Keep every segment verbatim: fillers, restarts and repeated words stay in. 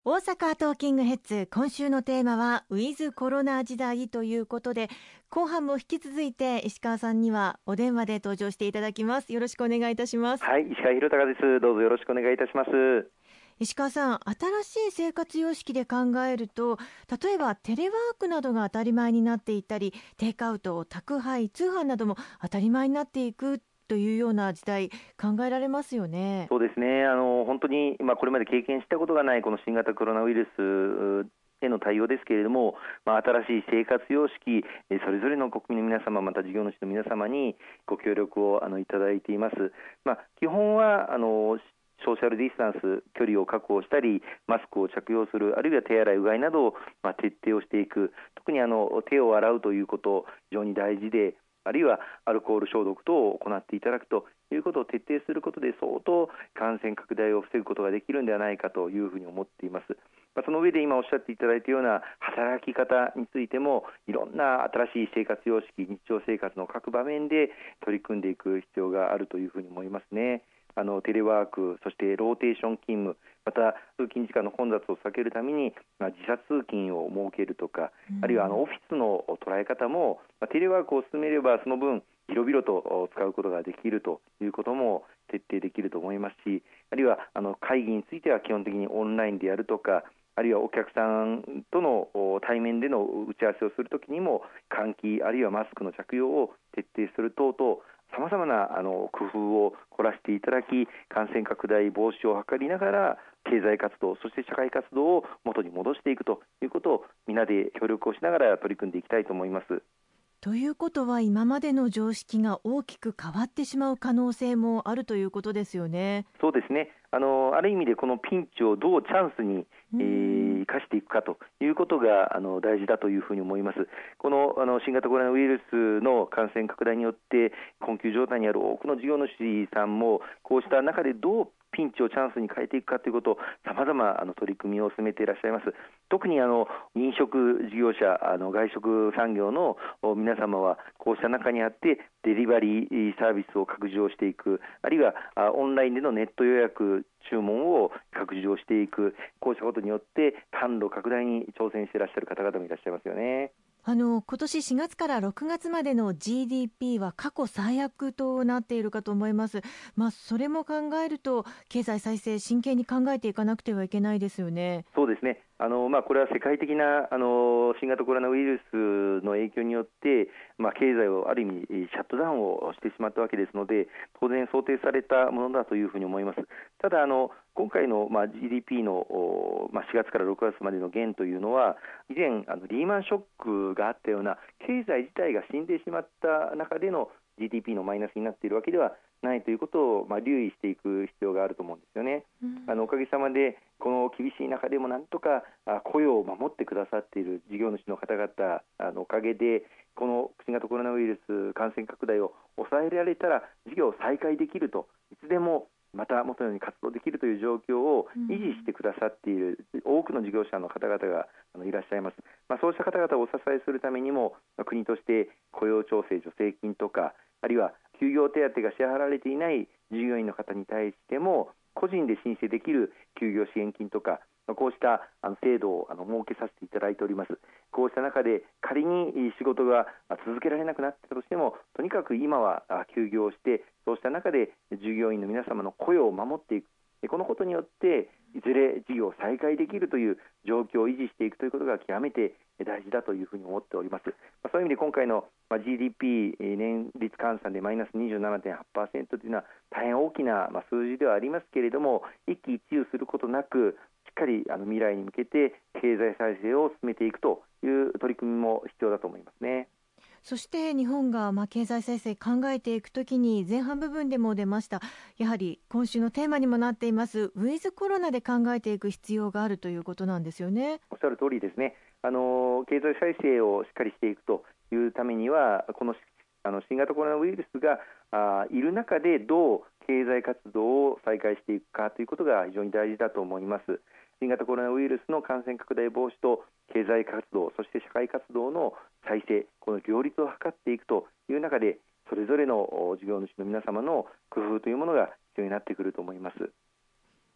大阪トーキングヘッズ、今週のテーマはウィズコロナ時代ということで、後半も引き続いて石川さんにはお電話で登場していただきます。よろしくお願いいたします。 はい、石川博隆です。どうぞよろしくお願いいたします。 石川さん、新しい生活様式で考えると、例えばテレワークなどが当たり前になっていたり、テイクアウト、宅配、通販なども当たり前になっていくというような時代、考えられますよね。 そうですね、あの本当に、まあ、これまで経験したことがないこの新型コロナウイルスへの対応ですけれども、まあ、新しい生活様式、それぞれの国民の皆様、また事業主の皆様にご協力をあのいただいています。まあ、基本はあのソーシャルディスタンス、距離を確保したり、マスクを着用する、あるいは手洗い、うがいなどを、まあ、徹底をしていく。特にあの手を洗うということ、非常に大事で、あるいはアルコール消毒等を行っていただくということを徹底することで、相当感染拡大を防ぐことができるのではないかというふうに思っています。まあ、その上で今おっしゃっていただいたような働き方についても、いろんな新しい生活様式、日常生活の各場面で取り組んでいく必要があるというふうに思いますね。あのテレワーク、そしてローテーション勤務、また通勤時間の混雑を避けるために、まあ、時差通勤を設けるとか、あるいはあのオフィスの捉え方も、まあ、テレワークを進めればその分広々と使うことができるということも徹底できると思いますし、あるいはあの会議については基本的にオンラインでやるとか、あるいはお客さんとの対面での打ち合わせをするときにも換気、あるいはマスクの着用を徹底する等々、さまざまなあの工夫を凝らしていただき、感染拡大防止を図りながら経済活動、そして社会活動を元に戻していくということを、みんなで協力をしながら取り組んでいきたいと思います。 ということは、今までの常識が大きく変わってしまう可能性もあるということですよね。 そうですね、あのある意味でこのピンチをどうチャンスに、えー、生かしていくかということがあの大事だというふうに思います。この、あの新型コロナウイルスの感染拡大によって困窮状態にある多くの事業主さんも、こうした中でどうピンチをチャンスに変えていくかということを、さまざまあの取り組みを進めていらっしゃいます。特にあの飲食事業者、あの外食産業の皆様はこうした中にあってデリバリーサービスを拡充していく、あるいはオンラインでのネット予約注文を拡充していく、こうしたことによって販路拡大に挑戦していらっしゃる方々もいらっしゃいますよね。 あの今年しがつからろくがつまでの ジーディーピー は過去最悪となっているかと思います。まあ、それも考えると経済再生真剣に考えていかなくてはいけないですよね。 そうですね、あの、まあ、これは世界的なあの新型コロナウイルスの影響によって、まあ、経済をある意味シャットダウンをしてしまったわけですので、当然想定されたものだというふうに思います。ただあの今回の、まあ、ジーディーピー の、まあ、しがつからろくがつまでの減というのは、以前あのリーマンショックがあったような経済自体が死んでしまった中での ジーディーピー のマイナスになっているわけではないということを、まあ、留意していく必要があると思うんですよね。うん、あのおかげさまでこの厳しい中でもなんとか雇用を守ってくださっている事業主の方々のおかげで、この新型コロナウイルス感染拡大を抑えられたら事業を再開できると、いつでもまた元のように活動できるという状況を維持してくださっている多くの事業者の方々がいらっしゃいます。まあ、そうした方々をお支えするためにも、国として雇用調整助成金とか、あるいは休業手当が支払われていない従業員の方に対しても個人で申請できる休業支援金とか、こうした制度を設けさせていただいております。こうした中で仮に仕事が続けられなくなったとしても、とにかく今は休業して、そうした中で従業員の皆様の雇用を守っていく、このことによっていずれ事業を再開できるという状況を維持していくということが極めて大事だというふうに思っております。そういう意味で今回の ジーディーピー 年率換算でマイナス にじゅうななてんはちパーセント というのは大変大きな数字ではありますけれども、一喜一憂することなくしっかりあの未来に向けて経済再生を進めていくという取り組みも必要だと思いますね。 そして日本がまあ経済再生考えていくときに、前半部分でも出ました、やはり今週のテーマにもなっていますウィズコロナで考えていく必要があるということなんですよね。 おっしゃる通りですね。あの経済再生をしっかりしていくというためには、このあの新型コロナウイルスがあいる中でどう経済活動を再開していくかということが非常に大事だと思います。新型コロナウイルスの感染拡大防止と経済活動、そして社会活動の再生、この両立を図っていくという中で、それぞれの事業主の皆様の工夫というものが必要になってくると思います。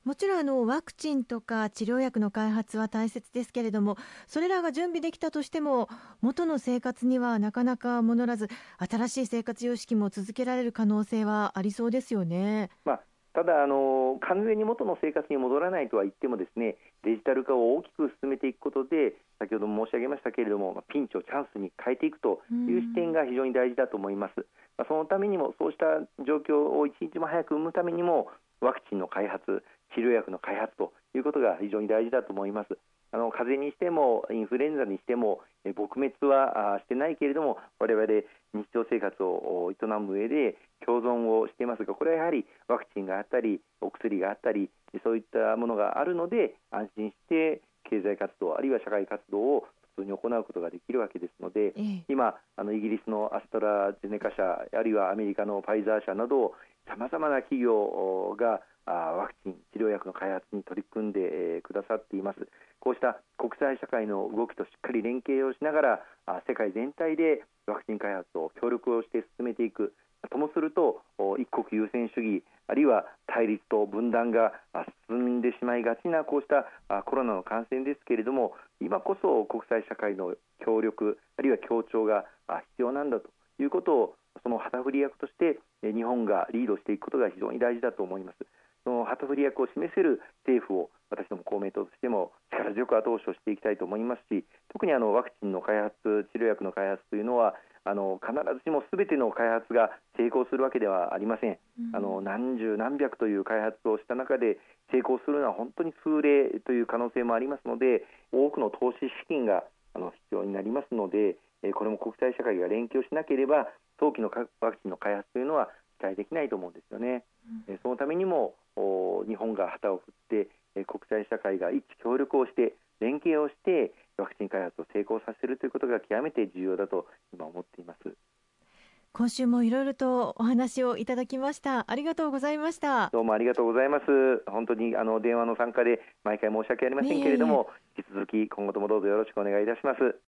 もちろんあのワクチンとか治療薬の開発は大切ですけれども、それらが準備できたとしても元の生活にはなかなか戻らず、新しい生活様式も続けられる可能性はありそうですよね。 まあ、ただあの完全に元の生活に戻らないとは言ってもですね、デジタル化を大きく進めていくことで、先ほども申し上げましたけれども、ピンチをチャンスに変えていくという視点が非常に大事だと思います。まあ、そのためにも、そうした状況を一日も早く生むためにも、ワクチンの開発、治療薬の開発ということが非常に大事だと思います。あの風邪にしてもインフルエンザにしてもえ撲滅はしてないけれども、我々日常生活を営む上で共存をしていますが、これはやはりワクチンがあったりお薬があったり、そういったものがあるので安心して経済活動あるいは社会活動を普通に行うことができるわけですので、 ええ、 今あのイギリスのアストラゼネカ社、あるいはアメリカのファイザー社などさまざまな企業がワクチン治療薬の開発に取り組んでくださっています。こうした国際社会の動きとしっかり連携をしながら、世界全体でワクチン開発を協力をして進めていくともすると、一国優先主義あるいは対立と分断が進んでしまいがちなこうしたコロナの感染ですけれども、今こそ国際社会の協力あるいは協調が必要なんだということを、その旗振り役として日本がリードしていくことが非常に大事だと思います。その旗振り役を示せる政府を私ども公明党としても力強く後押しをしていきたいと思いますし、特にあのワクチンの開発、治療薬の開発というのはあの必ずしも全ての開発が成功するわけではありません。うん、あの何十何百という開発をした中で成功するのは本当に数例という可能性もありますので、多くの投資資金があの必要になりますので、これも国際社会が連携をしなければ早期のワクチンの開発というのは期待できないと思うんですよね。うん、そのためにも日本が旗を振って国際社会が一致協力をして連携をしてワクチン開発を成功させるということが極めて重要だと今思っています。 今週もいろいろとお話をいただきました。ありがとうございました。 どうもありがとうございます。本当にあの電話の参加で毎回申し訳ありませんけれども、いえいえ、引き続き今後ともどうぞよろしくお願いいたします。